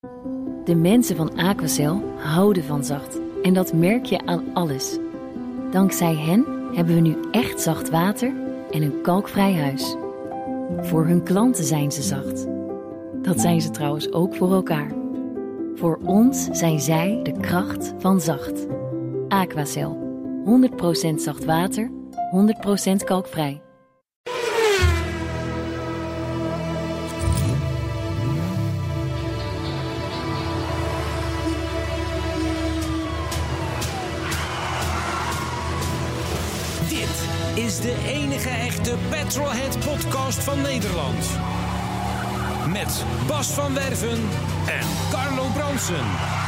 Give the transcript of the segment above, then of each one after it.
De mensen van Aquacel houden van zacht. En dat merk je aan alles. Dankzij hen hebben we nu echt zacht water en een kalkvrij huis. Voor hun klanten zijn ze zacht. Dat zijn ze trouwens ook voor elkaar. Voor ons zijn zij de kracht van zacht. Aquacel. 100% zacht water, 100% kalkvrij. Is de enige echte Petrolhead-podcast van Nederland. Met Bas van Werven en Carlo Bronsen.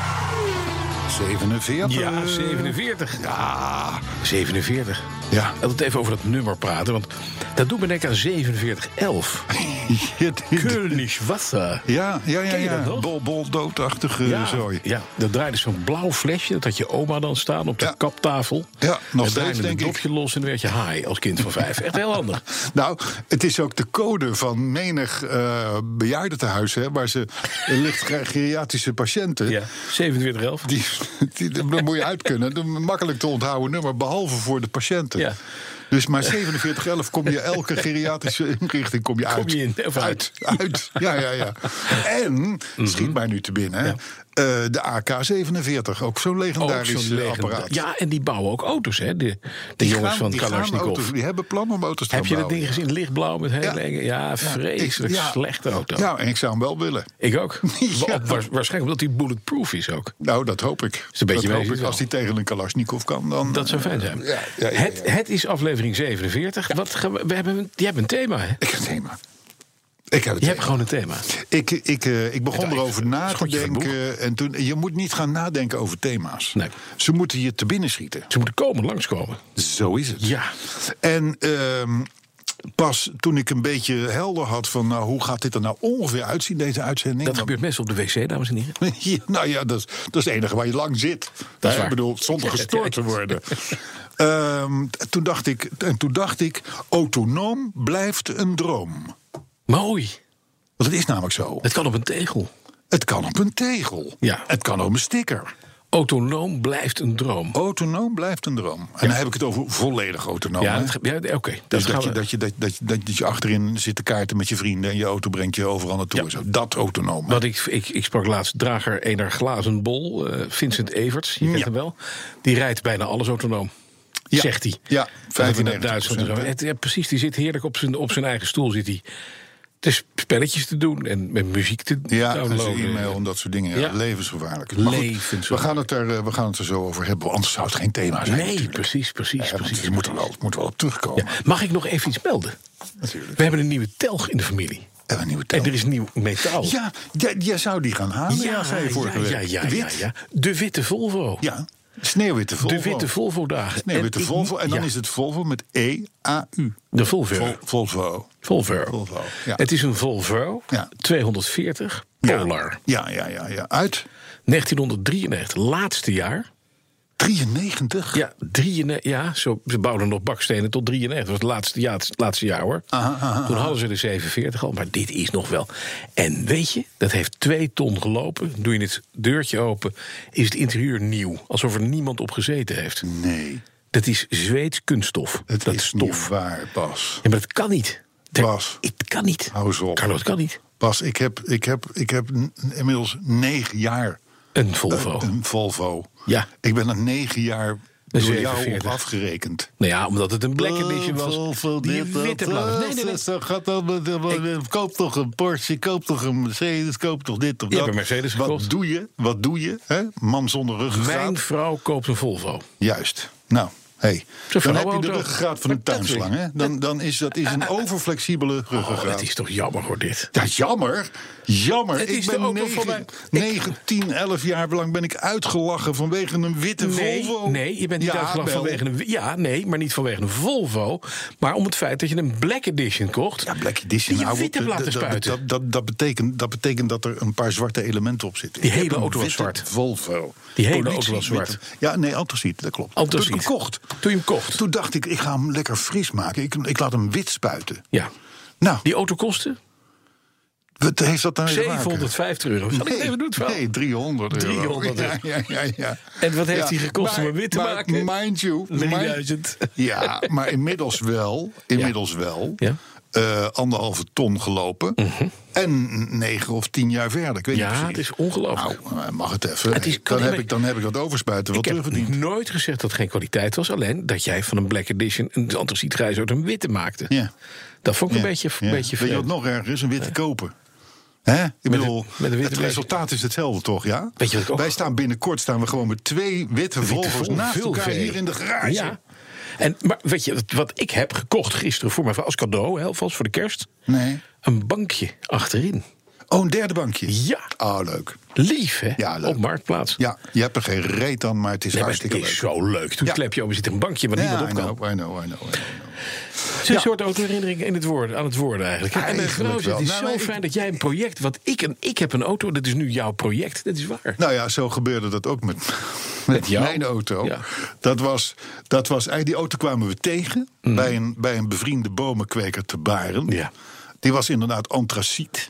47. Ja, 47. Ja. 47. Ja. Altijd even over dat nummer praten, want dat doet me denken aan 4711. Königswasser. Ja. Ken je dat nog? Boldoodachtige zooi. Ja, dat draaide zo'n blauw flesje. Dat had je oma dan staan op de kaptafel. Ja, nog steeds, draaide denk een ik. dopje los en dan werd je high als kind van 5. Echt heel handig. Nou, het is ook de code van menig bejaardentehuis, hè, waar ze licht geriatrische patiënten. Ja, 4711. Dat moet je uit kunnen. Een makkelijk te onthouden nummer, behalve voor de patiënten. Ja. Dus maar 4711 kom je elke geriatrische inrichting kom je uit. Kom je in, of uit? Uit. Ja. En, schiet mij nu te binnen, hè, de AK-47, ook zo'n legendarisch apparaat. Ja, en die bouwen ook auto's, hè? De jongens van Kalashnikov. Die hebben plan om auto's te Heb je gaan dat ding bouwen. gezien? Lichtblauw met hele enge... Ja, vreselijk slechte auto. Ja, en ik zou hem wel willen. Ik ook. Ja. Waarschijnlijk omdat hij bulletproof is ook. Nou, dat hoop ik. Is een beetje dat hoop wezen ik. Als hij tegen een Kalashnikov kan, dan... Dat zou fijn zijn. Ja. Het is aflevering 47. Ja. Je hebt een thema, hè? Ik heb een thema. Je hebt gewoon een thema. Ik begon erover na te schotje van denken. En toen, je moet niet gaan nadenken over thema's. Nee. Ze moeten je te binnen schieten. Ze moeten langskomen. Zo is het. Ja. En pas toen ik een beetje helder had van... nou, hoe gaat dit er nou ongeveer uitzien, deze uitzending? Dat gebeurt meestal op de wc, dames en heren. Ja, nou ja, dat is het enige waar je lang zit. Dat is waar. Ik bedoel, zonder gestoord te worden. Toen dacht ik, autonoom blijft een droom. Mooi. Want het is namelijk zo. Het kan op een tegel. Het kan op een tegel. Ja. Het kan op een sticker. Autonoom blijft een droom. Autonoom blijft een droom. En dan heb ik het over volledig autonoom. Ja, hè? oké. Dus dat je achterin zit te kaarten met je vrienden... en je auto brengt je overal naartoe. Ja. Zo. Dat autonoom. hè? Want ik sprak laatst drager ener glazen bol, Vincent Everts, je kent hem wel. Die rijdt bijna alles autonoom. Ja. Zegt hij. Ja, Dat in 95%. Duitsland en zo. Ja, precies, die zit heerlijk op zijn eigen stoel. Zit hij dus spelletjes te doen en met muziek te Ja, en downloaden. zijn e-mail en dat soort dingen. Ja. Ja. Levensgevaarlijk. Maar goed, Levensgevaarlijk. we gaan het er zo over hebben. Anders zou het geen thema zijn. Nee, natuurlijk. precies. Want je moet er wel op terugkomen. Ja. Mag ik nog even iets melden? Natuurlijk. We hebben een nieuwe telg in de familie. En een nieuwe tel. En er is nieuw metaal. Ja, jij zou die gaan halen. Zei je vorige week. Ja. De witte Volvo. Ja, sneeuwwitte Volvo. De witte Volvo-dagen. Sneeuwwitte Volvo. En dan ja. is het Volvo met E-A-U. De Volvo. Volvo. Volvo. Ja. Het is een Volvo. Ja. 240 Polar. Ja. Uit 1993. Laatste jaar. 93? Ja, ze bouwden nog bakstenen tot 93. Dat was het laatste jaar, hoor. Toen hadden ze de 47 al, maar dit is nog wel. En weet je, dat heeft 2 ton gelopen. Doe je het deurtje open, is het interieur nieuw. Alsof er niemand op gezeten heeft. Nee. Dat is Zweeds kunststof. Het dat is stof. niet waar, Bas. Ja, maar dat kan niet. Bas. Het kan niet. Hou eens op. Carlo, het kan niet. Bas, ik heb inmiddels 9 jaar Een Volvo. een Volvo. Ja. Ik ben er 9 jaar door jou op 47. afgerekend. Nou ja, omdat het een Black Edition was. Volvo, Die dit, witte dat, blauw. Nee. Koop toch een Porsche, koop toch een Mercedes, koop toch dit of Je dat. hebt een Mercedes gekocht. Wat doe je? Hè? Man zonder ruggengraat. Mijn vrouw koopt een Volvo. Juist. Nou, dan heb je de ruggengraat van een Maar dat tuinslang. Hè? Dan is dat een overflexibele ruggengraat. Dat is toch jammer, hoor, dit. Ja, jammer. Het is Ik ben de auto voor mij. 9, 10, 11 jaar lang ben ik uitgelachen vanwege een witte Volvo. Nee, je bent niet uitgelachen wel. vanwege een... Ja, nee, maar niet vanwege een Volvo. Maar om het feit dat je een Black Edition kocht... Ja, Black Edition. Die je wit hebt laten spuiten. Dat betekent dat er een paar zwarte elementen op zitten. Die Ik heb hele een auto was witte zwart. Volvo. Die hele Politie, auto was zwart. witte. Ja, nee, antraciet, dat klopt. Antraciet. Toen ik hem kocht. Toen je hem kocht. Toen dacht ik ga hem lekker fris maken. Ik laat hem wit spuiten. Ja. Nou, Die auto kostte? Wat heeft dat dan weer €750. Zal ik het even doen? Nee, €300. Ja. En wat heeft hij gekost om hem wit te maken? Mind you. 3000. Ja, maar inmiddels wel. Ja. 1,5 ton gelopen. En 9 of 10 jaar verder. Ik weet niet precies. Het is ongelooflijk. Nou, mag het even. Dan heb ik dat overspuiten wel terugverdiend. Ik heb nooit gezegd dat het geen kwaliteit was. Alleen dat jij van een Black Edition een antracietgrijs uit een witte maakte. Ja. Dat vond ik een beetje Weet je wat nog erger is? Een witte kopen. Hè? Ik bedoel, het resultaat is hetzelfde, toch? Ja? Weet je wat ik ook... Wij staan binnenkort we gewoon met 2 witte Volvo's naast elkaar hier in de garage. Ja. Maar weet je wat ik heb gekocht gisteren voor mijn vrouw als cadeau, alvast voor de kerst? Nee. Een bankje achterin. Oh, een derde bankje? Ja. Oh, leuk. Lief, hè? Ja, leuk. Op Marktplaats. Ja, je hebt er geen reet aan, maar het is hartstikke leuk. Het is zo leuk. Toen klep je open, zit er een bankje waar niemand op kan. I know. Het is een soort autoherinnering aan het worden eigenlijk. En mijn vrouw zegt, het is zo fijn dat jij een project... Want ik heb een auto, dat is nu jouw project. Dat is waar. Nou ja, zo gebeurde dat ook met mijn auto. Ja. Dat was eigenlijk, die auto kwamen we tegen... bij een bevriende bomenkweker te Baren. Ja. Die was inderdaad antraciet.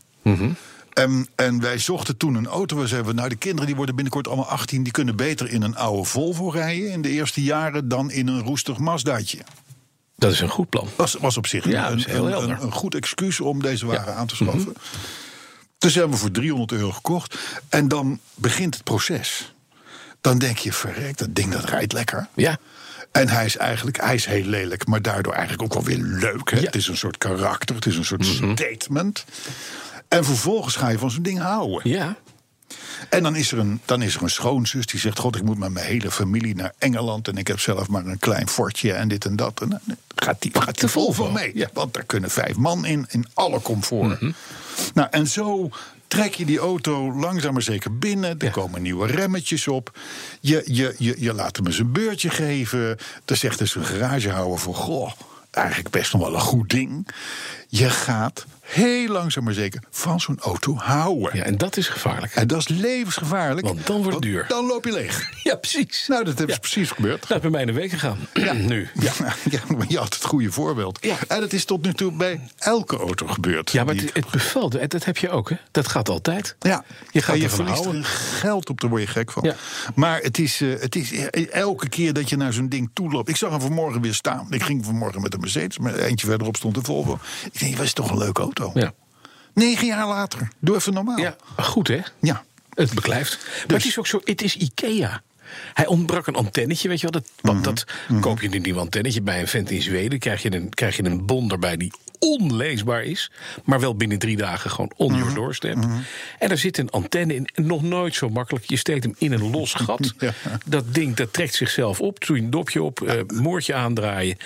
En wij zochten toen een auto. We zeiden, de kinderen die worden binnenkort allemaal 18... die kunnen beter in een oude Volvo rijden in de eerste jaren... dan in een roestig Mazdaatje. Dat is een goed plan. Was op zich een goed excuus om deze wagen aan te schaffen. Dus hebben we voor €300 gekocht. En dan begint het proces. Dan denk je, verrek, dat ding dat rijdt lekker. Ja. En hij is heel lelijk, maar daardoor eigenlijk ook wel weer leuk. Hè? Ja. Het is een soort karakter, het is een soort statement. En vervolgens ga je van zo'n ding houden. Ja. En dan is er een schoonzus die zegt... God, ik moet met mijn hele familie naar Engeland... en ik heb zelf maar een klein fortje en dit en dat. En dan gaat die Volvo mee. Ja. Want daar kunnen 5 man in alle comfort. Nou, en zo trek je die auto langzaam maar zeker binnen. Er komen nieuwe remmetjes op. Je laat hem eens een beurtje geven. Dan zegt dus een garagehouder voor... Goh, eigenlijk best nog wel een goed ding. Je gaat heel langzaam maar zeker van zo'n auto houden. Ja, en dat is gevaarlijk. En dat is levensgevaarlijk. Want dan wordt het duur. Dan loop je leeg. Ja, precies. Nou, dat is precies gebeurd. Dat is bij mij in een week gegaan. Ja. Nu. Ja, maar je had het goede voorbeeld. Ja. En dat is tot nu toe bij elke auto gebeurd. Ja, maar het bevalt. Dat heb je ook, hè? Dat gaat altijd. Ja. Je gaat je verliest er geld op, daar word je gek van. Ja. Maar het is elke keer dat je naar zo'n ding toe loopt. Ik zag hem vanmorgen weer staan. Ik ging vanmorgen met een Mercedes. Maar eentje verderop stond de Volvo. Ik denk, dat is toch een leuke auto. Ja. 9 jaar later. Doe even normaal. Ja, goed hè? Ja. Het beklijft. Maar het is ook zo, het is IKEA. Hij ontbrak een antennetje, weet je wel. Dat koop je een nieuw antennetje bij een vent in Zweden. Krijg je een bon erbij die onleesbaar is. Maar wel binnen 3 dagen gewoon on your doorstep. En daar zit een antenne in. Nog nooit zo makkelijk. Je steekt hem in een los gat. Ja. Dat ding, dat trekt zichzelf op. Doe je een dopje op. Moordje aandraaien.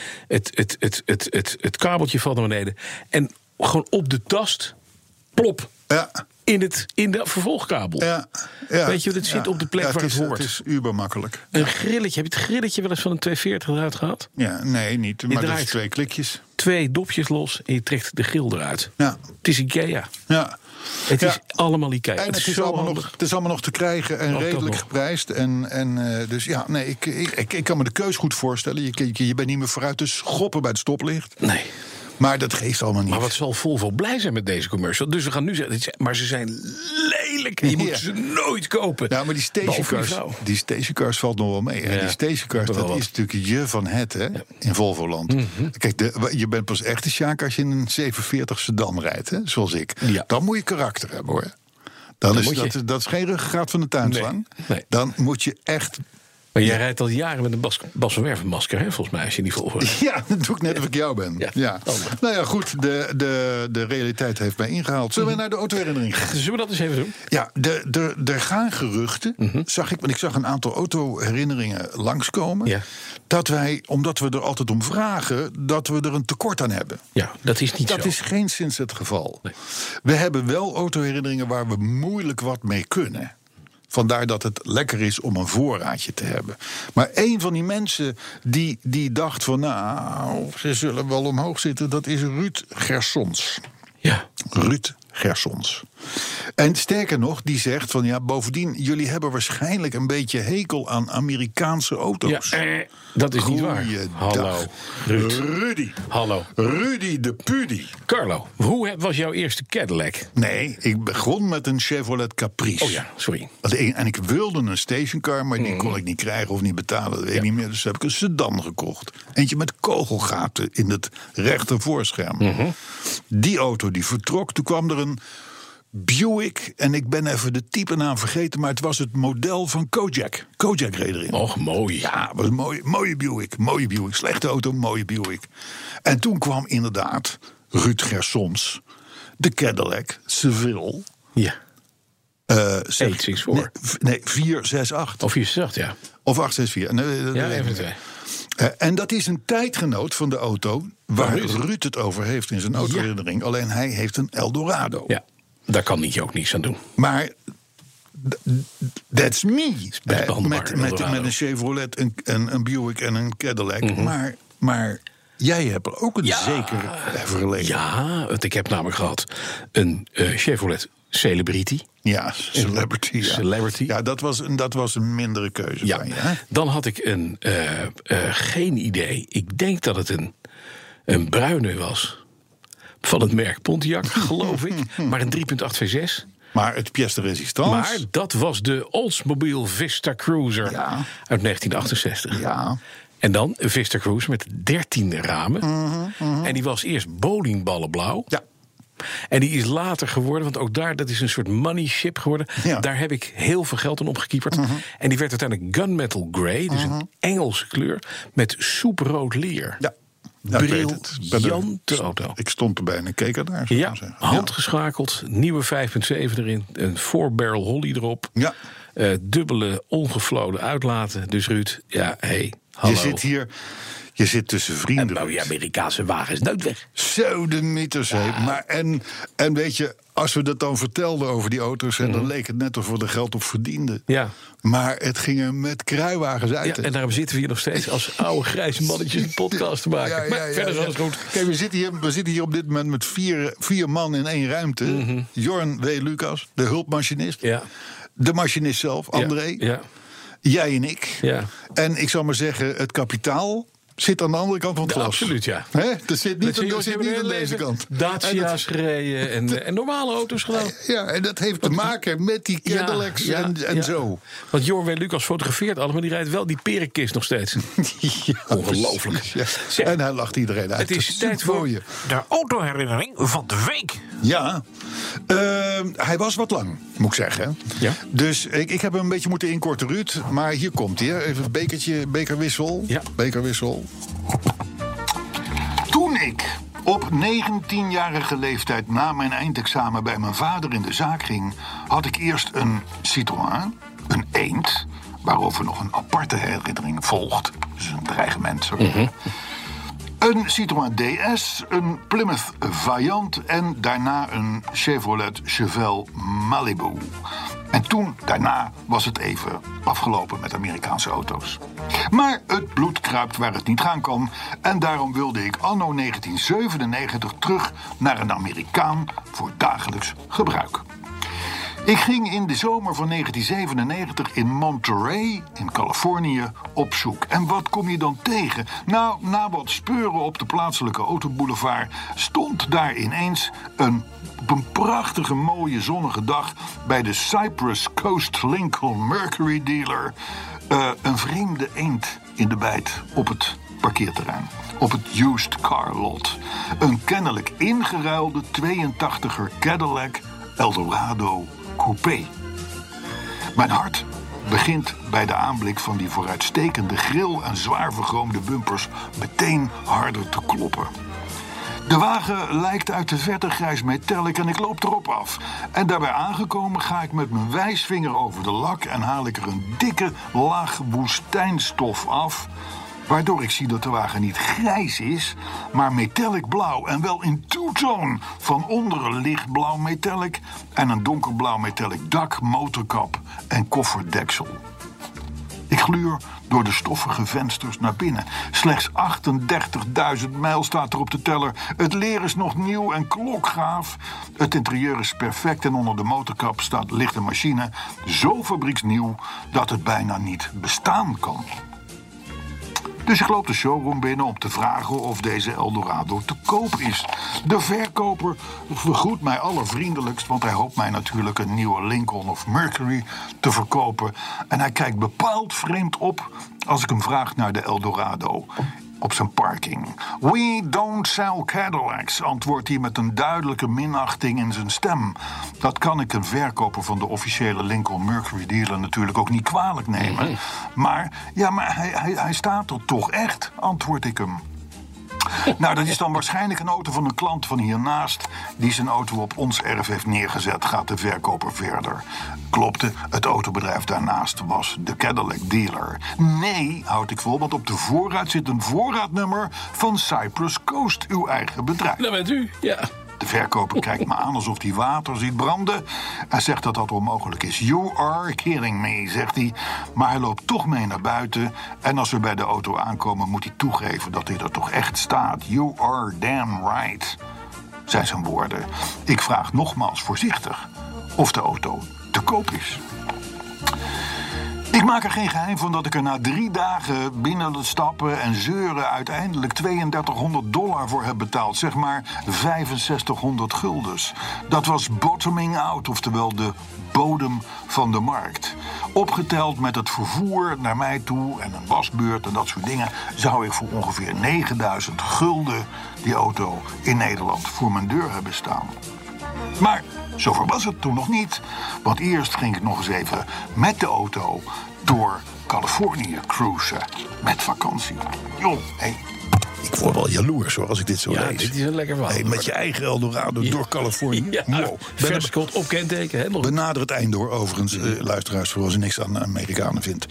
Het kabeltje valt naar beneden. En gewoon op de tast. Plop. Ja. In de vervolgkabel. Ja. Weet je, dat zit op de plek waar het hoort. Het is uber makkelijk. Een grilletje. Heb je het grilletje wel eens van een 240 eruit gehad? Ja, nee, niet. Maar dat is 2 klikjes. 2 dopjes los en je trekt de grill eruit. Ja. Het is IKEA. Ja. Het is allemaal IKEA. En het is allemaal nog te krijgen en redelijk geprijsd. Dus ja, nee, ik kan me de keus goed voorstellen. Je bent niet meer vooruit te schoppen bij het stoplicht. Nee. Maar dat geeft allemaal niet. Maar wat zal Volvo blij zijn met deze commercial? Dus we gaan nu zeggen, maar ze zijn lelijk. Je moet ze nooit kopen. Nou, maar die stationcars valt nog wel mee. Ja, die stationcars, dat is natuurlijk je van het, hè, in Volvoland. Kijk, je bent pas echt een sjaak als je in een 740 sedan rijdt, hè, zoals ik. Ja. Dan moet je karakter hebben, hoor. Dat is geen ruggengraat van de tuinslang. Nee. Dan moet je echt... Maar jij rijdt al jaren met een Bas van Werven masker, hè, volgens mij, als je niet Volvo. Ja, dat doe ik net of ik jou ben. Ja. Nou ja, goed, de realiteit heeft mij ingehaald. Zullen we naar de autoherinnering gaan? Zullen we dat eens even doen? Ja, er gaan geruchten, want ik zag een aantal autoherinneringen langskomen. Ja. Dat wij, omdat we er altijd om vragen, dat we er een tekort aan hebben. Ja, dat is niet zo. Dat is geen sinds het geval. Nee. We hebben wel autoherinneringen waar we moeilijk wat mee kunnen. Vandaar dat het lekker is om een voorraadje te hebben. Maar een van die mensen die dacht van... nou, ze zullen wel omhoog zitten, dat is Ruud Gersons. Ja. Ruud Gersons. En sterker nog, die zegt van ja, bovendien, jullie hebben waarschijnlijk een beetje hekel aan Amerikaanse auto's. Ja, dat is niet waar. Hallo, Rudy. Hallo. Rudy de Pudi. Carlo, hoe was jouw eerste Cadillac? Nee, ik begon met een Chevrolet Caprice. Oh ja, sorry. En ik wilde een stationcar, maar die kon ik niet krijgen of niet betalen. Dat weet ik niet meer. Dus heb ik een sedan gekocht. Eentje met kogelgaten in het rechter voorscherm. Die auto die vertrok. Toen kwam er een Buick. En ik ben even de typenaam vergeten. Maar het was het model van Kojak. Kojak reed erin. Och, mooi. Ja, het was een mooie Buick. Mooie Buick. Slechte auto, mooie Buick. En toen kwam inderdaad Ruud Gersons. De Cadillac Seville. Ja. 864. Nee, 468. Of 468, ja. Of 864. Nee, ja, even twee. En dat is een tijdgenoot van de auto waar Ruud het over heeft in zijn autoherinnering. Ja. Alleen hij heeft een Eldorado. Ja, daar kan je ook niets aan doen. Maar that's me. Met een Chevrolet, een Buick en een Cadillac. Maar jij hebt er ook een zeker verleden. Ja, want ik heb namelijk gehad een Chevrolet Celebrity. Ja, Celebrity. Celebrity. Ja, dat was een mindere keuze van je. Hè? Dan had ik geen idee. Ik denk dat het een bruine was. Van het merk Pontiac, geloof ik. Maar een 3.8 V6. Maar het pièce de résistance. Maar dat was de Oldsmobile Vista Cruiser uit 1968. Ja. En dan een Vista Cruiser met 13 ramen. En die was eerst bowlingballenblauw. Ja. En die is later geworden, want ook daar, dat is een soort money ship geworden. Ja. Daar heb ik heel veel geld aan opgekieperd. En die werd uiteindelijk gunmetal grey, dus een Engelse kleur, met soeprood leer. Ja. Briljante auto. Ik stond erbij en ik keek ernaar. Ja, handgeschakeld, nieuwe 5.7 erin, een 4-barrel Holly erop. Ja. Dubbele ongevloden uitlaten. Dus Ruud, hallo. Je zit tussen vrienden. En die Amerikaanse wagen is nooit weg. Zo de mythes. Maar en weet je, als we dat dan vertelden over die auto's, dan leek het net of we er geld op verdienden. Ja. Maar het ging er met kruiwagens uit. Ja, en daarom zitten we hier nog steeds als oude grijze mannetjes een podcast te maken. Maar verder is alles goed. Kijk, we zitten hier op dit moment met vier man in één ruimte. Jorn W. Lucas, de hulpmachinist. Ja. De machinist zelf, André. Ja. Jij en ik. Ja. En ik zal maar zeggen, het kapitaal zit aan de andere kant van het glas. Absoluut, ja. Dat zit niet aan deze kant. Dacia's gereden en normale auto's gedaan. Ja, en dat heeft te maken met die Cadillacs en zo. Want Jorn W. Lucas fotografeert allemaal, maar die rijdt wel die perenkist nog steeds. Ongelooflijk. Ja. En hij lacht iedereen uit. Het is tijd voor de autoherinnering van de week. Ja, hij was wat lang, moet ik zeggen. Ja. Dus ik heb hem een beetje moeten inkorten, Ruud. Maar hier komt hij. Even bekerwissel. Ja. Bekerwissel. Toen ik op 19-jarige leeftijd na mijn eindexamen bij mijn vader in de zaak ging, had ik eerst een Citroën, een Eend, waarover nog een aparte herinnering volgt. Dus een dreigement, sorry. Een Citroën DS, een Plymouth Valiant en daarna een Chevrolet Chevelle Malibu. En daarna was het even afgelopen met Amerikaanse auto's. Maar het bloed kruipt waar het niet gaan kan. En daarom wilde ik anno 1997 terug naar een Amerikaan voor dagelijks gebruik. Ik ging in de zomer van 1997 in Monterey, in Californië, op zoek. En wat kom je dan tegen? Nou, na wat speuren op de plaatselijke autoboulevard stond daar ineens op een prachtige, mooie, zonnige dag bij de Cypress Coast Lincoln Mercury dealer een vreemde eend in de bijt op het parkeerterrein. Op het used car lot. Een kennelijk ingeruilde 82er Cadillac Eldorado Coupé. Mijn hart begint bij de aanblik van die vooruitstekende grill en zwaar vergroomde bumpers meteen harder te kloppen. De wagen lijkt uit de verte grijs metallic en ik loop erop af. En daarbij aangekomen ga ik met mijn wijsvinger over de lak en haal ik er een dikke laag woestijnstof af, waardoor ik zie dat de wagen niet grijs is, maar metallic blauw en wel in two-tone. Van onder een lichtblauw metallic en een donkerblauw metallic dak, motorkap en kofferdeksel. Ik gluur door de stoffige vensters naar binnen. Slechts 38.000 mijl staat er op de teller. Het leer is nog nieuw en klokgaaf. Het interieur is perfect en onder de motorkap ligt een machine zo fabrieksnieuw dat het bijna niet bestaan kan. Dus ik loop de showroom binnen om te vragen of deze Eldorado te koop is. De verkoper vergroet mij allervriendelijkst, want hij hoopt mij natuurlijk een nieuwe Lincoln of Mercury te verkopen. En hij kijkt bepaald vreemd op als ik hem vraag naar de Eldorado op zijn parking. We don't sell Cadillacs, antwoordt hij met een duidelijke minachting in zijn stem. Dat kan ik een verkoper van de officiële Lincoln Mercury dealer natuurlijk ook niet kwalijk nemen. Maar hij staat er toch echt, antwoord ik hem. Nou, dat is dan waarschijnlijk een auto van een klant van hiernaast die zijn auto op ons erf heeft neergezet, gaat de verkoper verder. Klopte, het autobedrijf daarnaast was de Cadillac dealer. Nee, houd ik vol, want op de voorruit zit een voorraadnummer van Cypress Coast, uw eigen bedrijf. Dat bent u, ja. De verkoper kijkt me aan alsof hij water ziet branden. Hij zegt dat dat onmogelijk is. You are kidding me, zegt hij. Maar hij loopt toch mee naar buiten. En als we bij de auto aankomen, moet hij toegeven dat hij er toch echt staat. You are damn right, zijn zijn woorden. Ik vraag nogmaals voorzichtig of de auto te koop is. Ik maak er geen geheim van dat ik er na 3 dagen binnen het stappen en zeuren uiteindelijk $3200 voor heb betaald. Zeg maar 6500 guldens. Dat was bottoming out, oftewel de bodem van de markt. Opgeteld met het vervoer naar mij toe en een wasbeurt en dat soort dingen, zou ik voor ongeveer 9000 gulden die auto in Nederland voor mijn deur hebben staan. Maar zover was het toen nog niet. Want eerst ging ik nog eens even met de auto door Californië cruisen met vakantie. Joh, hey, ik word wel jaloers hoor als ik dit zo lees. Dit is een lekker verhaal. Hey, met je eigen Eldorado door Californië. Ja, wow. verskot op kenteken. Benader het eind door, overigens, luisteraars, voor als je niks aan de Amerikanen vindt.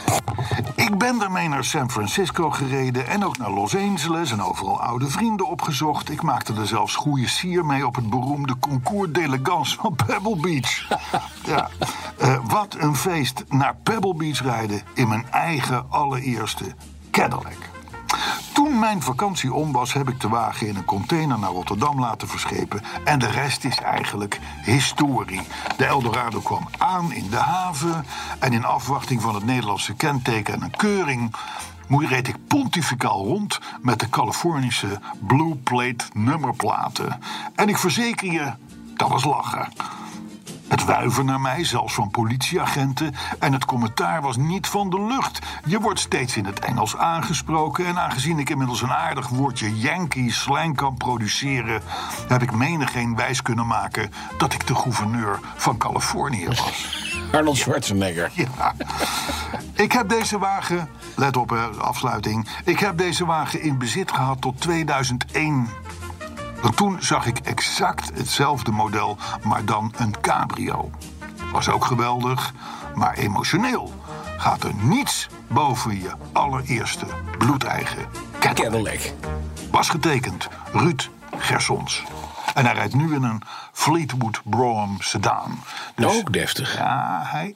Ik ben ermee naar San Francisco gereden en ook naar Los Angeles en overal oude vrienden opgezocht. Ik maakte er zelfs goede sier mee op het beroemde Concours d'Elegance van Pebble Beach. Ja, wat een feest naar Pebble Beach rijden in mijn eigen allereerste Cadillac. Toen mijn vakantie om was, heb ik de wagen in een container naar Rotterdam laten verschepen. En de rest is eigenlijk historie. De Eldorado kwam aan in de haven. En in afwachting van het Nederlandse kenteken en een keuring reed ik pontificaal rond met de Californische Blue Plate nummerplaten. En ik verzeker je, dat was lachen. Het wuiven naar mij, zelfs van politieagenten. En het commentaar was niet van de lucht. Je wordt steeds in het Engels aangesproken. En aangezien ik inmiddels een aardig woordje Yankee slang kan produceren, heb ik menigeen wijs kunnen maken dat ik de gouverneur van Californië was. Arnold Schwarzenegger. Ja. Ik heb deze wagen, let op afsluiting. Ik heb deze wagen in bezit gehad tot 2001. Want toen zag ik exact hetzelfde model, maar dan een cabrio. Was ook geweldig, maar emotioneel gaat er niets boven je allereerste bloedeigen Cadillac. Was getekend Ruud Gersons. En hij rijdt nu in een Fleetwood Brougham sedan. Dus, ook deftig. Ja, hij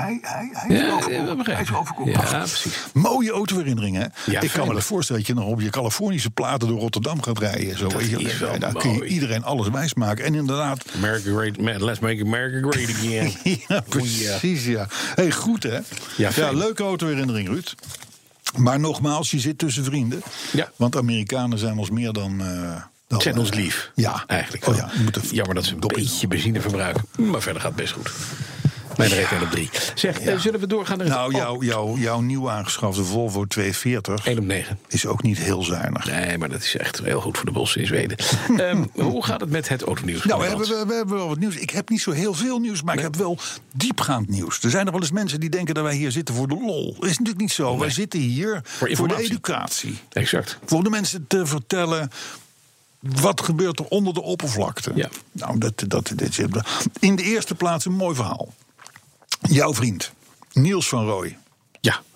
is overkoepeld. Ja, precies. Mooie autoherinneringen, hè? Ja, ik kan me voorstellen dat je nog op je Californische platen door Rotterdam gaat rijden. Zo, daar kun je iedereen alles wijsmaken. En inderdaad, let's make America great again. Ja, precies, ja. Hey, goed, hè? Ja, leuke autoherinnering, Ruud. Maar nogmaals, je zit tussen vrienden. Ja. Want Amerikanen zijn ons meer dan zijn ons lief. Ja, eigenlijk. Oh ja, jammer dat ze een beetje benzine verbruiken. Maar verder gaat het best goed. Mijn rekening op 3. Zeg, zullen we doorgaan naar jouw nieuw aangeschafte Volvo 240... 1 op 9. Is ook niet heel zuinig. Nee, maar dat is echt heel goed voor de bossen in Zweden. Hoe gaat het met het autonieuws? Nou, we hebben wel wat nieuws. Ik heb niet zo heel veel nieuws, maar ik heb wel diepgaand nieuws. Er zijn nog wel eens mensen die denken dat wij hier zitten voor de lol. Dat is natuurlijk niet zo. Nee. Wij zitten hier voor de educatie. Exact. Voor de mensen te vertellen wat gebeurt er onder de oppervlakte. Ja. Nou, in de eerste plaats een mooi verhaal. Jouw vriend, Niels van Rooij. Ja.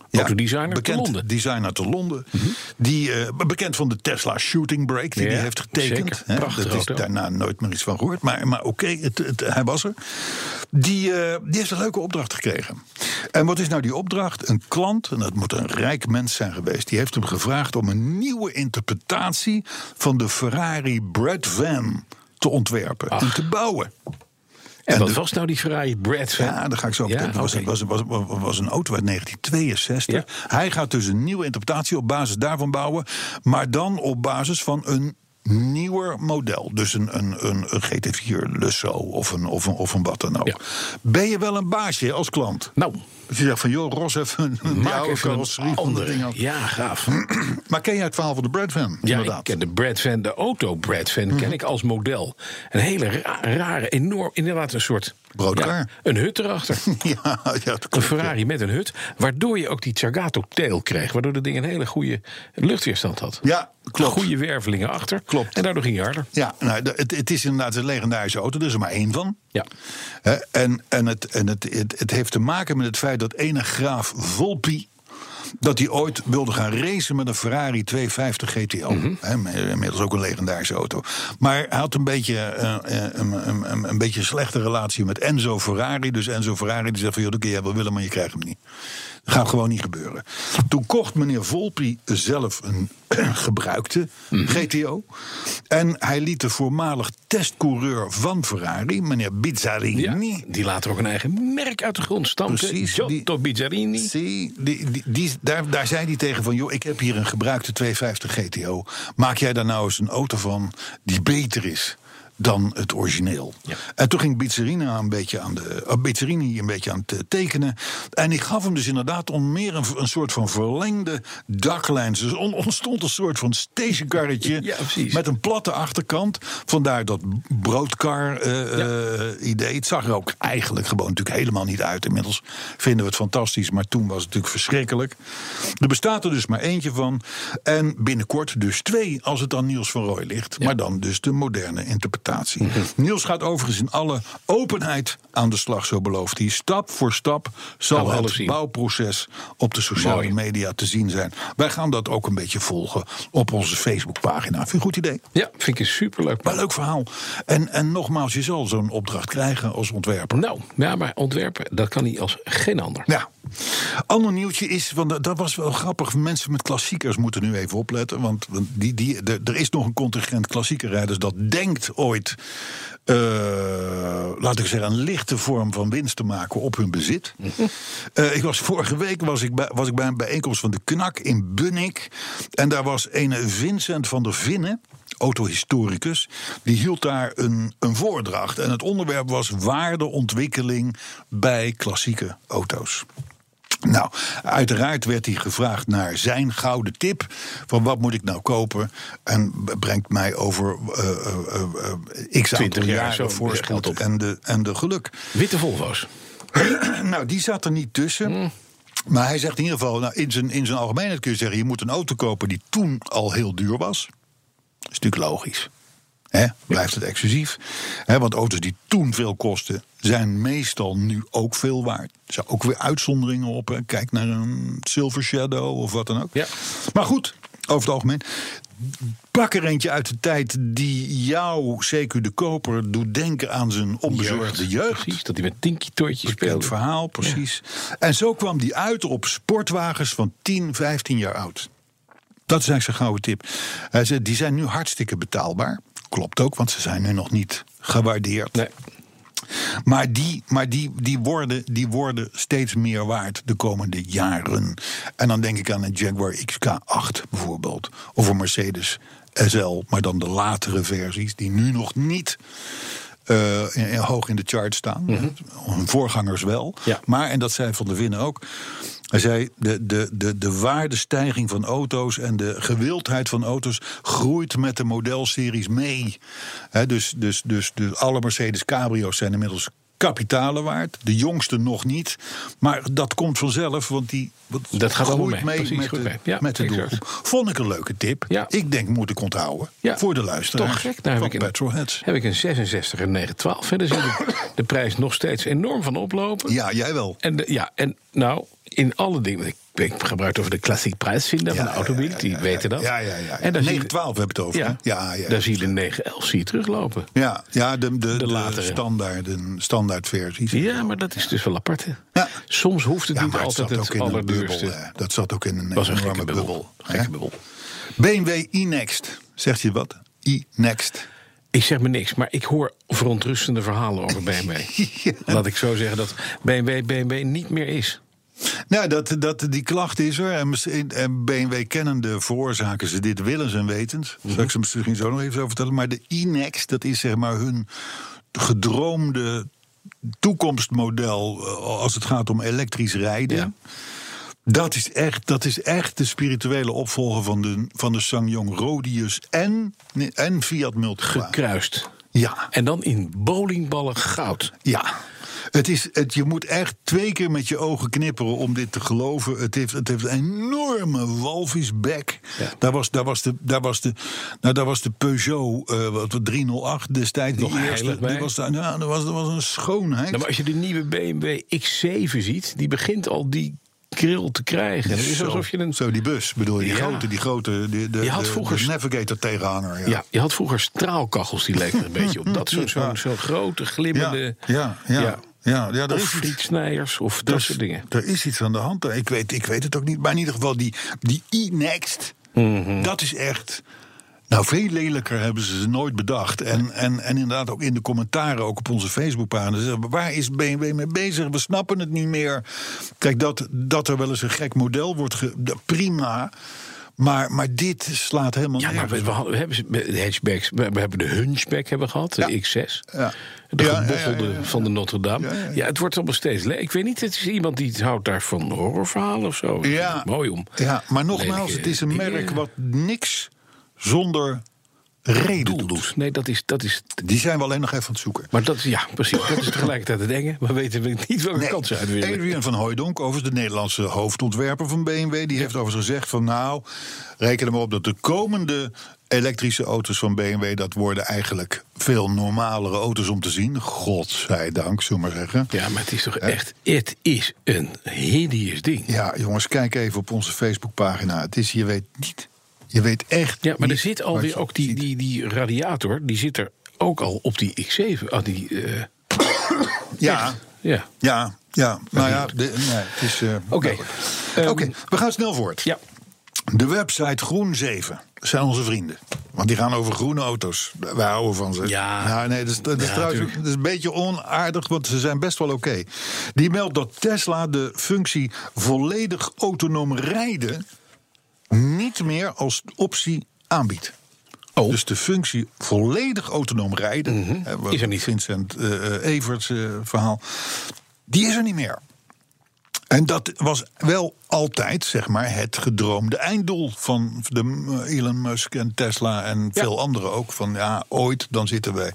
autodesigner te Londen. Bekend designer te Londen. Die, bekend van de Tesla Shooting Brake die hij heeft getekend. Zeker. Prachtig Dat is auto. daarna nooit meer iets van gehoord. Maar oké, hij was er. Die heeft een leuke opdracht gekregen. En wat is nou die opdracht? Een klant, en dat moet een rijk mens zijn geweest, die heeft hem gevraagd om een nieuwe interpretatie van de Ferrari Bradvan te ontwerpen en te bouwen. En wat was nou die Ferrari Bradvan? Ja, daar ga ik zo over vertellen. Het was een auto uit 1962. Ja. Hij gaat dus een nieuwe interpretatie op basis daarvan bouwen, maar dan op basis van een nieuwer model. Dus een GT4 Lusso of een wat dan ook. Ja. Ben je wel een baasje als klant? Nou, Als je zegt van, joh, Ros even die oude carrosserie van de ding af. Ja, gaaf. Maar ken jij het verhaal van de Bradvan? Ja, Inderdaad. ik ken de Bradvan, de auto Bradvan, ken ik als model. Een hele rare, enorm, inderdaad een soort... Broodkar. Ja, een hut erachter. Ja, dat klopt. Een Ferrari met een hut, waardoor je ook die Zagato tail kreeg. Waardoor dat ding een hele goede luchtweerstand had. Ja, klopt. Goede wervelingen achter. Klopt. En daardoor ging je harder. Ja, nou, het is inderdaad een legendarische auto. Er is er maar één van. Ja. En het heeft te maken met het feit dat ene graaf Volpi, dat hij ooit wilde gaan racen met een Ferrari 250 GTO. Inmiddels ook een legendarische auto. Maar hij had een beetje een slechte relatie met Enzo Ferrari. Dus Enzo Ferrari die zegt van, joh, dat kun jij wel willen, maar je krijgt hem niet. Dat gaat gewoon niet gebeuren. Toen kocht meneer Volpi zelf een gebruikte GTO. En hij liet de voormalig testcoureur van Ferrari, meneer Bizzarini. Ja, die later ook een eigen merk uit de grond stampte. Precies, Giotto Bizzarini. Daar zei hij tegen van, joh, ik heb hier een gebruikte 250 GTO. Maak jij daar nou eens een auto van die beter is dan het origineel. Ja. En toen ging Bizzarini een beetje aan het tekenen. En ik gaf hem dus inderdaad meer een soort van verlengde daklijn. Dus ontstond een soort van stationcarretje met een platte achterkant. Vandaar dat broodkar-idee. Het zag er ook eigenlijk gewoon natuurlijk helemaal niet uit. Inmiddels vinden we het fantastisch, maar toen was het natuurlijk verschrikkelijk. Er bestaat er dus maar eentje van. En binnenkort dus 2, als het aan Niels van Rooij ligt. Ja. Maar dan dus de moderne interpretatie. Niels gaat overigens in alle openheid aan de slag, zo belooft hij. Stap voor stap zal het bouwproces op de sociale media te zien zijn. Wij gaan dat ook een beetje volgen op onze Facebookpagina. Vind je een goed idee? Ja, vind ik een superleuk. Maar leuk verhaal. En nogmaals, je zal zo'n opdracht krijgen als ontwerper. Nou, ja, maar ontwerpen, dat kan hij als geen ander. Ja. Ander nieuwtje is, want dat was wel grappig. Mensen met klassiekers moeten nu even opletten. Want er is nog een contingent klassiekerrijders dat denkt ooit, laat ik zeggen, een lichte vorm van winst te maken op hun bezit. Vorige week was ik bij een bijeenkomst van de KNAK in Bunnik. En daar was een Vincent van der Vinnen, autohistoricus, die hield daar een voordracht. En het onderwerp was waardeontwikkeling bij klassieke auto's. Nou, uiteraard werd hij gevraagd naar zijn gouden tip. Van wat moet ik nou kopen? En brengt mij over x aantal jaren voorspoed en de geluk. Witte Volvo's. Nou, die zat er niet tussen. Maar hij zegt in ieder geval, nou, in zijn algemeenheid kun je zeggen, je moet een auto kopen die toen al heel duur was. Dat is natuurlijk logisch. Blijft het exclusief. Want auto's die toen veel kosten, zijn meestal nu ook veel waard. Er zijn ook weer uitzonderingen op. Kijk naar een Silver Shadow of wat dan ook. Ja. Maar goed, over het algemeen. Pak er eentje uit de tijd die jou, CQ de Koper, doet denken aan zijn onbezorgde jeugd. Precies, dat hij met Tinky Toytje speelde. Het verhaal, precies. Ja. En zo kwam die uit op sportwagens van 10, 15 jaar oud. Dat is eigenlijk zijn gouden tip. Hij zei, die zijn nu hartstikke betaalbaar. Klopt ook, want ze zijn nu nog niet gewaardeerd. Nee. Maar die worden steeds meer waard de komende jaren. En dan denk ik aan een Jaguar XK8 bijvoorbeeld. Of een Mercedes SL, maar dan de latere versies die nu nog niet hoog in de chart staan. Hun voorgangers wel. Ja. Maar, en dat zei Van der Vinnen ook, hij zei, de waardestijging van auto's en de gewildheid van auto's groeit met de modelseries mee. Dus alle Mercedes Cabrio's zijn inmiddels kapitalen waard. De jongste nog niet. Maar dat komt vanzelf, want dat gaat groeit mee met de doelgroep. Vond ik een leuke tip. Ja. Ik denk, moet ik onthouden. Ja. Voor de luisteraars. Toch gek. Daar van Petrolheads. Heb ik een 66 en 912. Daar zie je de prijs nog steeds enorm van oplopen. Ja, jij wel. in alle dingen... Ik gebruik het over de klassiek prijsvinder van de autobied. Die weten dat. Ja. En 9-12 hebben we het over. Ja. Daar zie je de 911 teruglopen. Ja, de standaardversies. Ja, maar dat is dus wel apart. Hè? Ja. Soms hoeft het niet altijd het allerduurste. Dat zat ook in een enorme bubbel. Gekke bubbel. BMW e-Next. Zegt je wat? e-Next. Ik zeg me niks, maar ik hoor verontrustende verhalen over BMW. Laat ik zo zeggen dat BMW niet meer is. Nou, die klacht is er. En BMW kennende veroorzaken ze dit willens en wetens. Zal ik ze misschien zo nog even over vertellen. Maar de e-Next, dat is zeg maar hun gedroomde toekomstmodel als het gaat om elektrisch rijden. Ja. Dat is echt de spirituele opvolger van de SsangYong Rodius en Fiat Multipla. Gekruist. Ja. En dan in bowlingballen goud. Ja. Je moet echt 2 keer met je ogen knipperen om dit te geloven. Het heeft een enorme walvisbek. Ja. Daar was de Peugeot 308 destijds. Die eerste. Dat was een schoonheid. Nou, maar als je de nieuwe BMW X7 ziet, die begint al die grill te krijgen. Het is alsof je Zo, die bus, bedoel je? Die grote, de Navigator tegenhanger. Ja, je had vroeger straalkachels, die leken er een beetje op. Dat zo'n grote, glimmende... Ja, of frietsnijers of dat soort dingen. Er is iets aan de hand. Ik weet het ook niet. Maar in ieder geval, die e-Next, dat is echt... Nou, veel lelijker hebben ze nooit bedacht. En inderdaad ook in de commentaren, ook op onze Facebookpagina, zeggen: waar is BMW mee bezig? We snappen het niet meer. Kijk, dat er wel eens een gek model wordt prima. Maar dit slaat helemaal nergens. Ja, maar we hebben de hatchbacks. We hebben de hunchback gehad, de X6. Ja. De gebochelde van de Notre Dame. Ja, het wordt allemaal steeds... Ik weet niet, het is iemand die houdt daar van horrorverhalen of zo. Ja, mooi om. Ja, maar nogmaals, het is een merk wat niks zonder reden doet. Nee, dat is... Die zijn we alleen nog even aan het zoeken. Maar dat is, precies. Dat is tegelijkertijd het enge. We weten niet welke kant ze uit willen. Adrian van Hooijdonk, overigens de Nederlandse hoofdontwerper van BMW... die heeft overigens gezegd van reken er maar op dat de komende elektrische auto's van BMW... dat worden eigenlijk veel normalere auto's om te zien. Godzijdank, zullen we maar zeggen. Ja, maar het is toch echt... Het is een hideous ding. Ja, jongens, kijk even op onze Facebookpagina. Het is, je weet niet... Je weet echt. Ja, maar er zit alweer ook die radiator. Die zit er ook al op die X7. Ja. Nou ja, het is. Oké, we gaan snel voort. Ja. De website Groen7. Dat zijn onze vrienden. Want die gaan over groene auto's. Wij houden van ze. Ja. Dat is trouwens dat is een beetje onaardig, want ze zijn best wel oké. Die meldt dat Tesla de functie volledig autonoom rijden niet meer als optie aanbiedt. Dus de functie volledig autonoom rijden, is er niet. Vincent Everts verhaal, die is er niet meer. En dat was wel altijd, zeg maar, het gedroomde einddoel van Elon Musk en Tesla en veel anderen ook. Van ooit, dan zitten wij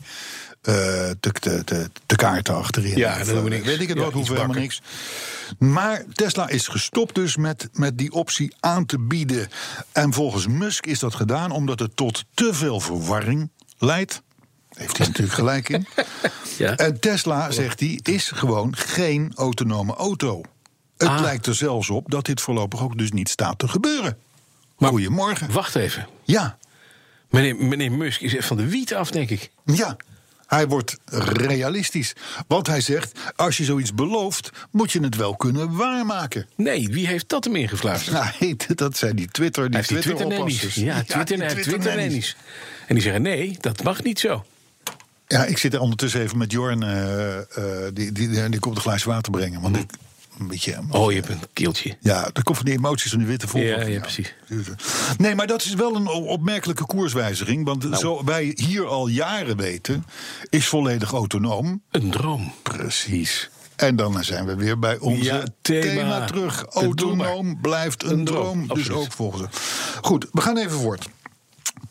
de kaarten achterin. Ja, dat doen we niks. Weet ik het wat, hoeft helemaal niks. Maar Tesla is gestopt dus met die optie aan te bieden. En volgens Musk is dat gedaan omdat het tot te veel verwarring leidt. Heeft hij natuurlijk gelijk in. Ja. En Tesla, zegt hij, is gewoon geen autonome auto. Het lijkt er zelfs op dat dit voorlopig ook dus niet staat te gebeuren. Maar goedemorgen. Wacht even. Ja. Meneer Musk is van de wiet af, denk ik. Ja. Hij wordt realistisch. Want hij zegt, als je zoiets belooft, moet je het wel kunnen waarmaken. Nee, wie heeft dat hem ingefluisterd? Nee, dat zijn die Twitter-oppassers. Ja, Twitter-nannies. En die zeggen, nee, dat mag niet zo. Ja, ik zit er ondertussen even met Jorn. Die komt een glaasje water brengen. Want ik een beetje... je hebt een keeltje. Ja, dat komt van die emoties van die witte volk. Ja, precies. Nee, maar dat is wel een opmerkelijke koerswijziging. Want zo wij hier al jaren weten, is volledig autonoom een droom. Precies. En dan zijn we weer bij ons thema terug. Autonoom blijft een droom. Dus ook volgens ze. Goed, we gaan even voort.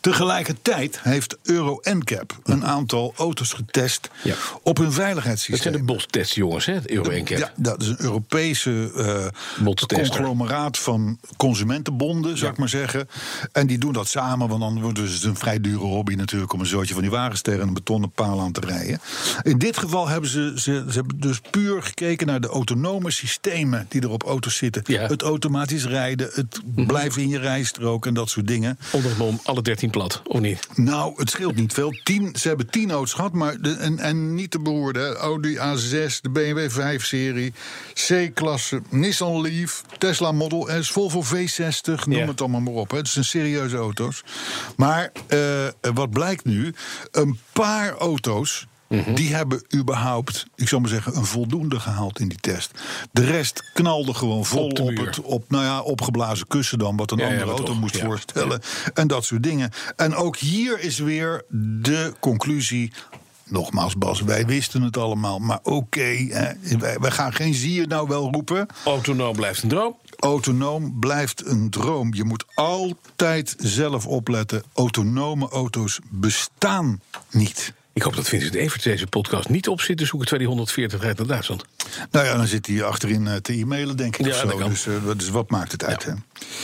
Tegelijkertijd heeft Euro NCAP een aantal auto's getest op hun veiligheidssysteem. Dat zijn de BOT-tests, jongens, hè, het Euro NCAP. Ja, dat is een Europese conglomeraat van consumentenbonden, zou ik maar zeggen. En die doen dat samen, want dan wordt het een vrij dure hobby natuurlijk om een zootje van die wagens tegen een betonnen paal aan te rijden. In dit geval hebben ze hebben dus puur gekeken naar de autonome systemen die er op auto's zitten. Ja. Het automatisch rijden, het blijven in je rijstrook en dat soort dingen. Onderom alle 13 plat, of niet? Nou, het scheelt niet veel. Ze hebben 10 auto's gehad, maar en niet te behoorden. Audi A6, de BMW 5-serie, C-klasse, Nissan Leaf, Tesla Model S, Volvo V60, noem het allemaal maar op. Hè. Het zijn serieuze auto's. Maar wat blijkt nu? Een paar auto's die hebben überhaupt, ik zou maar zeggen, een voldoende gehaald in die test. De rest knalde gewoon vol op opgeblazen kussen dan, wat een andere auto moest voorstellen. Ja. En dat soort dingen. En ook hier is weer de conclusie. Nogmaals, Bas, wij wisten het allemaal, maar oké, wij gaan geen zie je nou wel roepen. Autonoom blijft een droom. Autonoom blijft een droom. Je moet altijd zelf opletten. Autonome auto's bestaan niet. Ik hoop dat Vincent Everts deze podcast niet op zit te zoeken 240 rijdt naar Duitsland. Nou ja, dan zit hij achterin te e-mailen, denk ik. Ja, of zo. Dus wat maakt het uit, hè?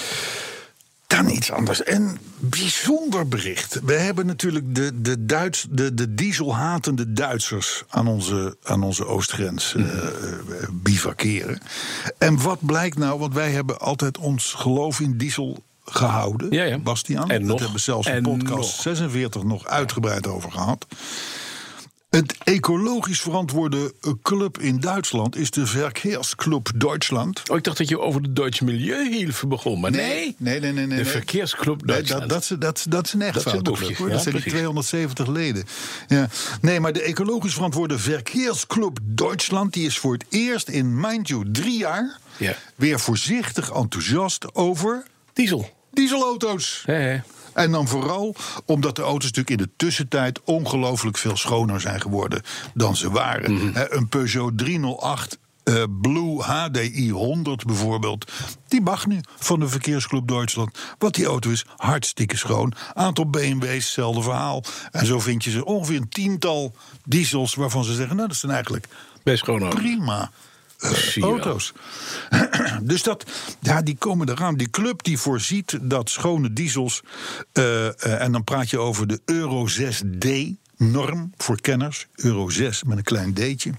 Dan iets anders. En bijzonder bericht. We hebben natuurlijk de dieselhatende Duitsers aan onze oostgrens bivakeren. En wat blijkt nou? Want wij hebben altijd ons geloof in diesel gehouden, Bastiaan. En dat hebben we zelfs in podcast 46 nog uitgebreid over gehad. Het ecologisch verantwoorde club in Duitsland is de Verkehrsclub Deutschland. Oh, ik dacht dat je over de Duitse Milieuhilfe begon, maar nee. De Verkehrsclub Duitsland. Dat is een echt foute club, hoor. Dat zijn die 270 leden. Ja. Nee, maar de ecologisch verantwoorde Verkehrsclub Deutschland, die is voor het eerst in, mind you, 3 jaar weer voorzichtig enthousiast over dieselauto's. En dan vooral omdat de auto's natuurlijk in de tussentijd ongelooflijk veel schoner zijn geworden dan ze waren. Een Peugeot 308 Blue HDI 100 bijvoorbeeld, die mag nu van de Verkehrsclub Duitsland. Want die auto is hartstikke schoon. Aantal BMW's, hetzelfde verhaal. En zo vind je ze ongeveer een 10-tal diesels waarvan ze zeggen, nou, dat zijn eigenlijk best schoon prima auto's. Dus die komen eraan. Die club die voorziet dat schone diesels, en dan praat je over de Euro 6D-norm voor kenners. Euro 6 met een klein D'tje.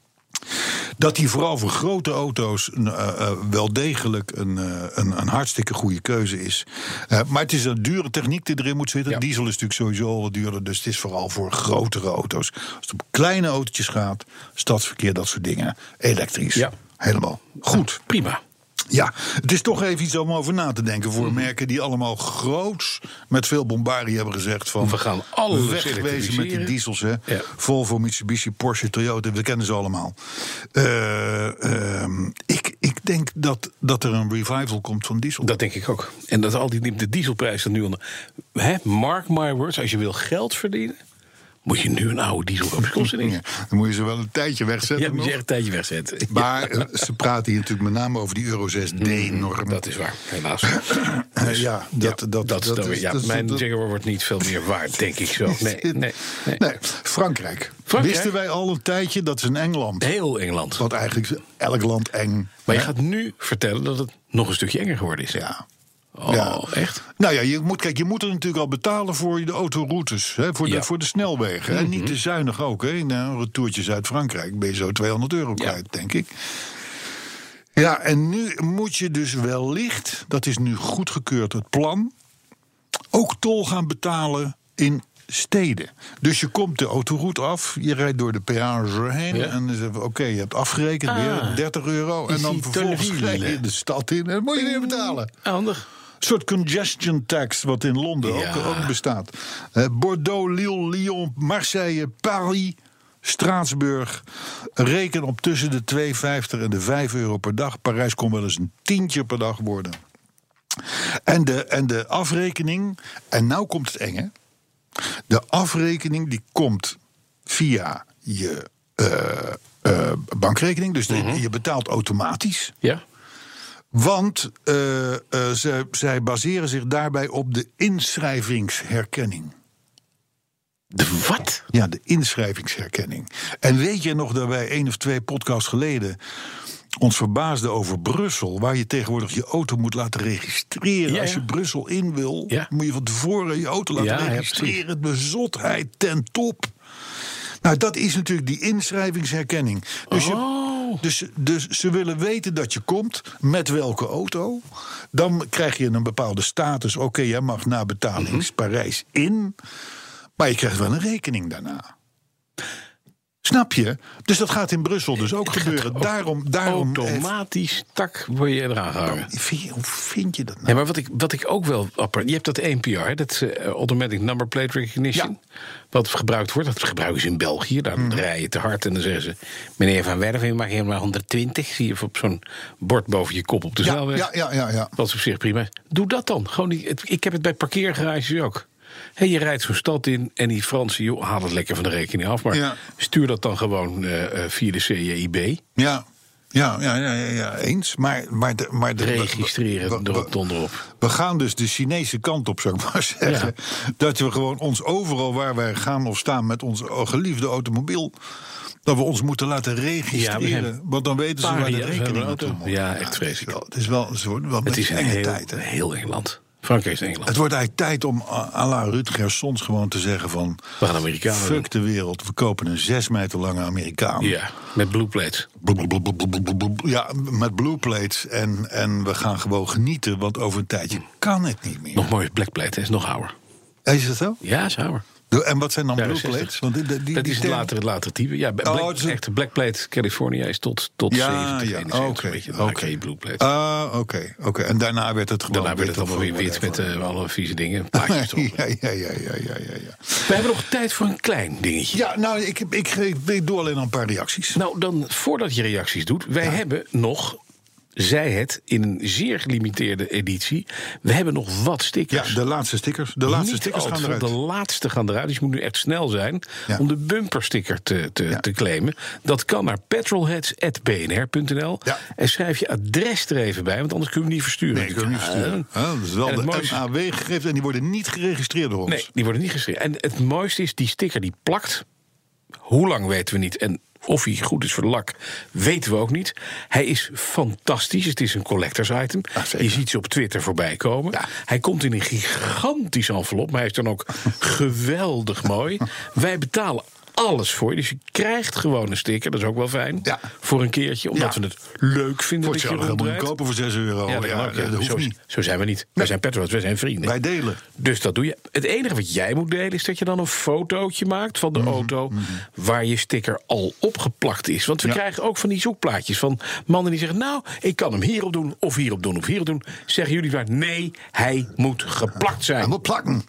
Dat die vooral voor grote auto's wel degelijk een hartstikke goede keuze is. Maar het is een dure techniek die erin moet zitten. Ja. Diesel is natuurlijk sowieso al wat duurder, dus het is vooral voor grotere auto's. Als het om kleine autootjes gaat, stadsverkeer, dat soort dingen, elektrisch. Ja. Helemaal goed. Prima. Ja, het is toch even iets om over na te denken voor merken die allemaal groots met veel bombardie hebben gezegd van we gaan alles wegwezen met die diesels. Hè. Ja. Volvo, Mitsubishi, Porsche, Toyota, we kennen ze allemaal. Ik denk dat er een revival komt van diesel. Dat denk ik ook. En dat al de dieselprijs er nu onder. Mark my words, als je wil geld verdienen, moet je nu een oude diesel kopen. Ja, dan moet je ze wel een tijdje wegzetten. Ja, moet je echt een tijdje wegzetten. Maar ze praten hier natuurlijk met name over die Euro 6D-norm. Dat is waar, helaas. Mijn Jaguar wordt niet veel meer waard, denk ik zo. Nee. Frankrijk. Wisten wij al een tijdje, dat is een eng land. Heel Engeland. Want eigenlijk elk land eng. Maar je gaat nu vertellen dat het nog een stukje enger geworden is. Ja. Echt? Nou ja, je moet er natuurlijk al betalen voor de autoroutes. Hè, voor de snelwegen. En niet te zuinig ook. Hè. Nou, een retourtje Zuid-Frankrijk ben je zo €200 kwijt, denk ik. Ja, en nu moet je dus wellicht, dat is nu goedgekeurd het plan, ook tol gaan betalen in steden. Dus je komt de autoroute af, je rijdt door de peage heen en dan zeggen we, oké, je hebt afgerekend weer €30 en dan vervolgens rijd je de stad in en dan moet je weer betalen. Handig. Een soort congestion tax wat in Londen ook bestaat. Bordeaux, Lille, Lyon, Marseille, Paris, Straatsburg reken op tussen de €2,50 en de €5 per dag. Parijs kon wel eens een tientje per dag worden. En de afrekening, en nou komt het enge. De afrekening die komt via je bankrekening. Dus je betaalt automatisch. Ja. Want zij baseren zich daarbij op de inschrijvingsherkenning. De wat? Ja, de inschrijvingsherkenning. En weet je nog dat wij 1 of 2 podcasts geleden ons verbaasden over Brussel, waar je tegenwoordig je auto moet laten registreren. Ja. Als je Brussel in wil, Ja. moet je van tevoren je auto laten registreren. De zotheid ten top. Nou, dat is natuurlijk die inschrijvingsherkenning. Dus ze willen weten dat je komt, met welke auto. Dan krijg je een bepaalde status. Oké, jij mag na betaling Parijs in. Maar je krijgt wel een rekening daarna. Snap je? Dus dat gaat in Brussel dus ook gebeuren. Daarom automatisch word je eraan gehangen. Hoe vind je dat nou? Ja, maar wat ik ook wel apart... Je hebt dat ANPR, dat Automatic Number Plate Recognition. Ja. Wat gebruikt wordt, dat gebruiken ze in België. Daar rij je te hard en dan zeggen ze... Meneer Van Werven, mag je maar 120? Zie je op zo'n bord boven je kop op de snelweg. Ja. Dat is op zich prima. Doe dat dan. Gewoon ik heb het bij parkeergarages ook. Je rijdt zo'n stad in en die Fransen, joh, haal het lekker van de rekening af. Maar stuur dat dan gewoon via de CJIB. Ja, eens. Maar registreren erop. We gaan dus de Chinese kant op, zou ik maar zeggen. Ja. Dat we gewoon ons overal waar wij gaan of staan met ons geliefde automobiel, dat we ons moeten laten registreren. Want dan weten ze waar de rekening naartoe moet. Ja, echt vreselijk. Het is wel een enge tijd. Een heel eng land. Frankrijk is Engeland. Het wordt eigenlijk tijd om à la Rutger Sons gewoon te zeggen van... We gaan Amerikanen fuck de wereld, we kopen een 6 meter lange Amerikaan. Ja, met blue plates. Ja, met blue plates. En we gaan gewoon genieten, want over een tijdje kan het niet meer. Nog mooi black plate, is nog ouder. Is dat zo? Ja, is ouder. En wat zijn dan blue plates? Want dat is het latere type. Ja, echt black plate California is tot 70, 71. Oké, blue plate. Oké. En daarna werd het gewoon... Daarna werd het allemaal weer wit met alle vieze dingen. Plaatjes erop. Ja. We hebben nog tijd voor een klein dingetje. Ja, nou, ik doe alleen al een paar reacties. Nou, dan voordat je reacties doet, wij hebben nog... Zij het in een zeer gelimiteerde editie. We hebben nog wat stickers. Ja, de laatste stickers. De laatste stickers gaan eruit. De laatste gaan eruit. Dus je moet nu echt snel zijn om de bumpersticker te claimen. Dat kan naar petrolheads@bnr.nl. Ja. En schrijf je adres er even bij, want anders kunnen we niet versturen. Nee, kunnen we niet versturen. Dat is wel de MAW-gegevens en die worden niet geregistreerd door ons. Nee, die worden niet geregistreerd. En het mooiste is, die sticker die plakt. Hoe lang weten we niet. En of hij goed is voor de lak, weten we ook niet. Hij is fantastisch. Het is een collectors item. Je ziet ze op Twitter voorbij komen. Ja. Hij komt in een gigantisch envelop, maar hij is dan ook geweldig mooi. Wij betalen alles voor je. Dus je krijgt gewoon een sticker. Dat is ook wel fijn. Ja. Voor een keertje. Omdat we het leuk vinden dat je rondrijdt. Kopen voor €6. Dat hoeft niet. Zo zijn we niet. Wij zijn petrolheads, wij zijn vrienden. Wij delen. Dus dat doe je. Het enige wat jij moet delen is dat je dan een fotootje maakt van de auto waar je sticker al opgeplakt is. Want we krijgen ook van die zoekplaatjes van mannen die zeggen, nou, ik kan hem hierop doen of hierop doen of hierop doen. Zeggen jullie waar? Nee, hij moet geplakt zijn. Hij moet plakken.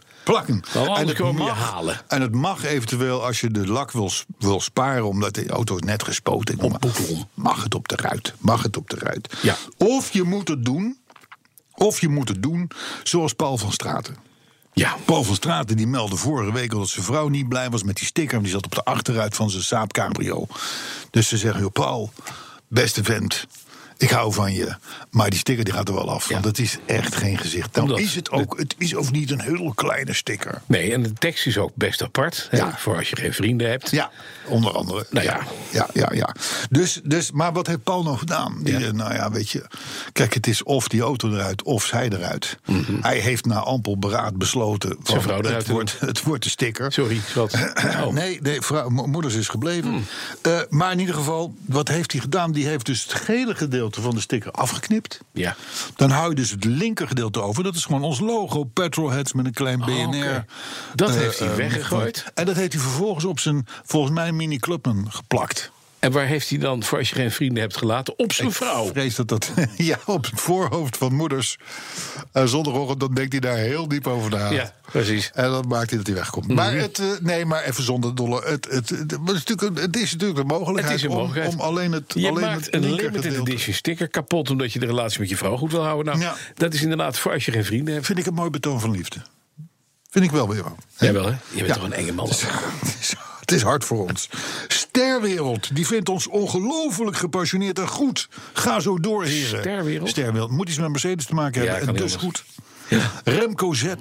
En het mag eventueel, als je de lak wil sparen, omdat de auto is net gespoten, mag het op de ruit. Ja. Of je moet het doen zoals Paul van Straten. Ja. Paul van Straten die meldde vorige week al dat zijn vrouw niet blij was met die sticker. Die zat op de achteruit van zijn Saab Cabrio. Dus ze zeggen, joh, Paul, beste vent, ik hou van je, maar die sticker die gaat er wel af. Ja. Want het is echt geen gezicht. Nou is het ook, het is ook niet een heel kleine sticker. Nee, en de tekst is ook best apart. Ja. Voor als je geen vrienden hebt. Ja, onder andere. Nou ja. Dus, maar wat heeft Paul nou gedaan? Weet je, kijk, het is of die auto eruit of zij eruit. Mm-hmm. Hij heeft na ampel beraad besloten van, het wordt de sticker. Sorry, schat. Oh. Nee, moeders is gebleven. Maar in ieder geval, wat heeft hij gedaan? Die heeft dus het gele gedeelte van de sticker afgeknipt. Ja. Dan hou je dus het linker gedeelte over. Dat is gewoon ons logo, Petrolheads met een klein BNR. Okay. Dat heeft hij weggegooid. En dat heeft hij vervolgens op zijn, volgens mij, Mini Clubman geplakt. En waar heeft hij dan, voor als je geen vrienden hebt gelaten, op zijn vrouw? Ik vrees dat op het voorhoofd van moeders. Zondagochtend, dan denkt hij daar heel diep over na. Ja, precies. En dan maakt hij dat hij wegkomt. Mm-hmm. Maar even zonder dolle. Het is natuurlijk een mogelijkheid. Om alleen het. Je alleen maakt het een limited edition sticker kapot omdat je de relatie met je vrouw goed wil houden. Nou, dat is inderdaad voor als je geen vrienden hebt. Vind ik een mooi betoon van liefde. Vind ik wel weer. Jawel, hè? Je bent toch een enge man. Het is hard voor ons. Sterwereld, die vindt ons ongelooflijk gepassioneerd en goed. Ga zo door, heren. Sterwereld. Moet iets met Mercedes te maken hebben. En dus goed. Ja. Remco Z,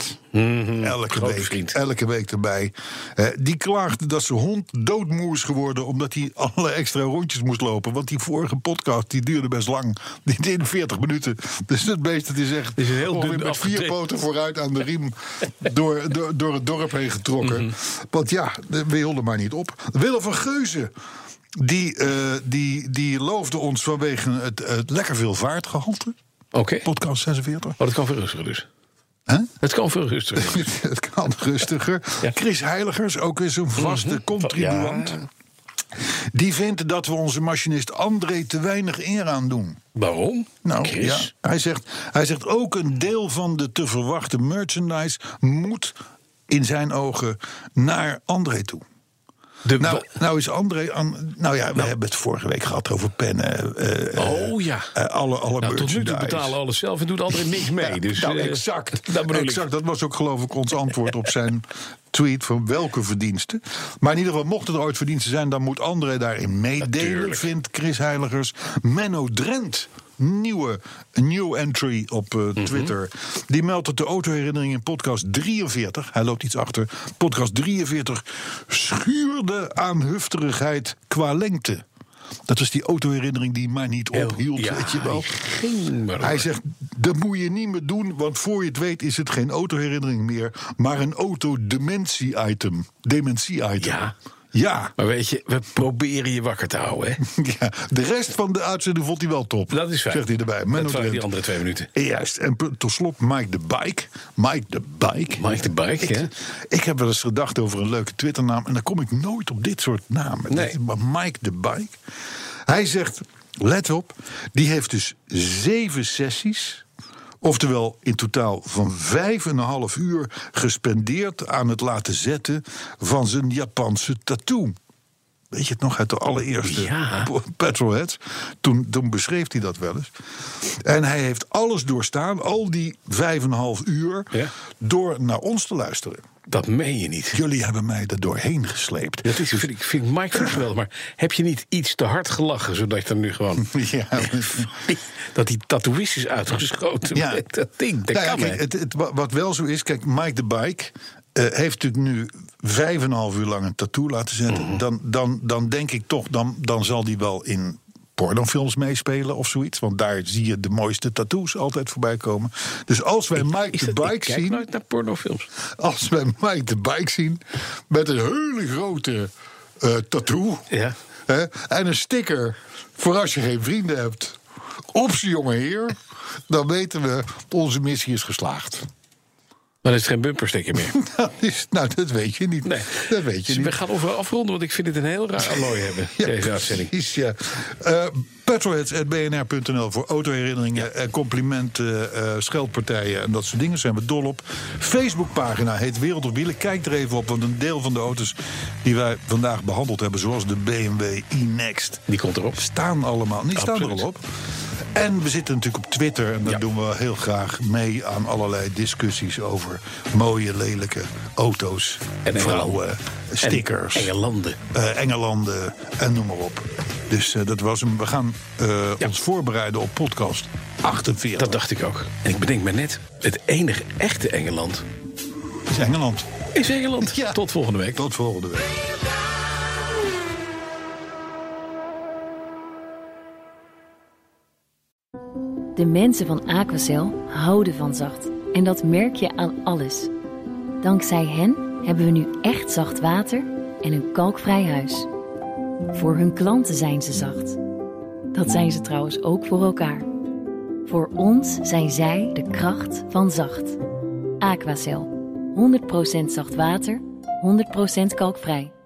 elke week erbij. Die klaagde dat zijn hond doodmoe is geworden omdat hij alle extra rondjes moest lopen. Want die vorige podcast die duurde best lang. Die deed 40 minuten. Dus het beest dat is echt met 4 poten vooruit aan de riem door het dorp heen getrokken. Want ja, we hielden maar niet op. Willem van Geuzen, die loofde ons vanwege het lekker veel vaartgehalte. Oké. Podcast 46. Dat kan veel rustiger dus. Het kan veel rustiger. Het kan rustiger. Ja. Chris Heiligers, ook eens een vaste contribuant. Ja. Die vindt dat we onze machinist André te weinig eer aan doen. Waarom? Nou, Chris? Ja, hij zegt ook een deel van de te verwachten merchandise moet in zijn ogen naar André toe. Nou is André aan. Nou ja, we hebben het vorige week gehad over pennen. Alle merchandise. Tot nu toe betalen alles zelf en doet André niks mee. Ja, dus, exact. Dat was ook geloof ik ons antwoord op zijn tweet van welke verdiensten. Maar in ieder geval, mocht het ooit verdiensten zijn, dan moet André daarin meedelen, natuurlijk. Vindt Chris Heiligers. Menno Drent, nieuw entry op Twitter. Die meldt dat de autoherinnering in podcast 43... hij loopt iets achter. Podcast 43 schuurde aan hufterigheid qua lengte. Dat was die autoherinnering die maar niet ophield, weet je wel. Hij zegt, dat moet je niet meer doen, want voor je het weet is het geen autoherinnering meer, maar een autodementie-item. Dementie-item. Ja. Maar weet je, we proberen je wakker te houden, hè? Ja, de rest van de uitzending vond hij wel top. Dat is fijn. Zegt hij erbij. Dat waren die andere 2 minuten. Juist. En tot slot Mike the Bike. Mike the Bike, hè? Ik heb wel eens gedacht over een leuke Twitternaam, en dan kom ik nooit op dit soort namen. Nee. Maar Mike the Bike. Hij zegt, let op, die heeft dus 7 sessies... Oftewel in totaal van 5,5 uur gespendeerd aan het laten zetten van zijn Japanse tattoo. Weet je het nog uit de allereerste Petrolheads? Toen beschreef hij dat wel eens. En hij heeft alles doorstaan, al die 5,5 uur, door naar ons te luisteren. Dat meen je niet. Jullie hebben mij er doorheen gesleept. Dat is, vind Mike geweldig. Maar heb je niet iets te hard gelachen, zodat je er nu gewoon... dat die tatoeïst is uitgeschoten met dat ding. Dat kan wat wel zo is, kijk, Mike the Bike heeft natuurlijk nu 5,5 uur lang een tattoo laten zetten. Dan denk ik toch, dan zal die wel in pornofilms meespelen of zoiets. Want daar zie je de mooiste tattoos altijd voorbij komen. Dus als wij Mike the Bike zien... kijk nooit naar pornofilms. Als wij Mike the Bike zien met een hele grote tattoo... en een sticker voor als je geen vrienden hebt op zijn jonge heer... dan weten we, onze missie is geslaagd. Maar dat is geen bumpersticker meer. Dat weet je niet. Nee. Dat weet je niet. We gaan over afronden, want ik vind het een heel raar allooi hebben, deze uitzending. Precies, ja. Petrolheads@bnr.nl voor autoherinneringen, complimenten, scheldpartijen en dat soort dingen. Zijn we dol op. Facebookpagina heet Wereld op Wielen. Kijk er even op, want een deel van de auto's die wij vandaag behandeld hebben, zoals de BMW e-Next, die komt erop. Staan allemaal. Die staan er al op. En we zitten natuurlijk op Twitter en daar doen we heel graag mee aan allerlei discussies over mooie, lelijke auto's, en vrouwen, stickers. Engelanden en noem maar op. Dus dat was hem. We gaan ons voorbereiden op podcast 48. Dat dacht ik ook. En ik bedenk me net, het enige echte Engeland is Engeland. Ja. Tot volgende week. Tot volgende week. De mensen van Aquacel houden van zacht. En dat merk je aan alles. Dankzij hen hebben we nu echt zacht water en een kalkvrij huis. Voor hun klanten zijn ze zacht. Dat zijn ze trouwens ook voor elkaar. Voor ons zijn zij de kracht van zacht. Aquacel. 100% zacht water, 100% kalkvrij.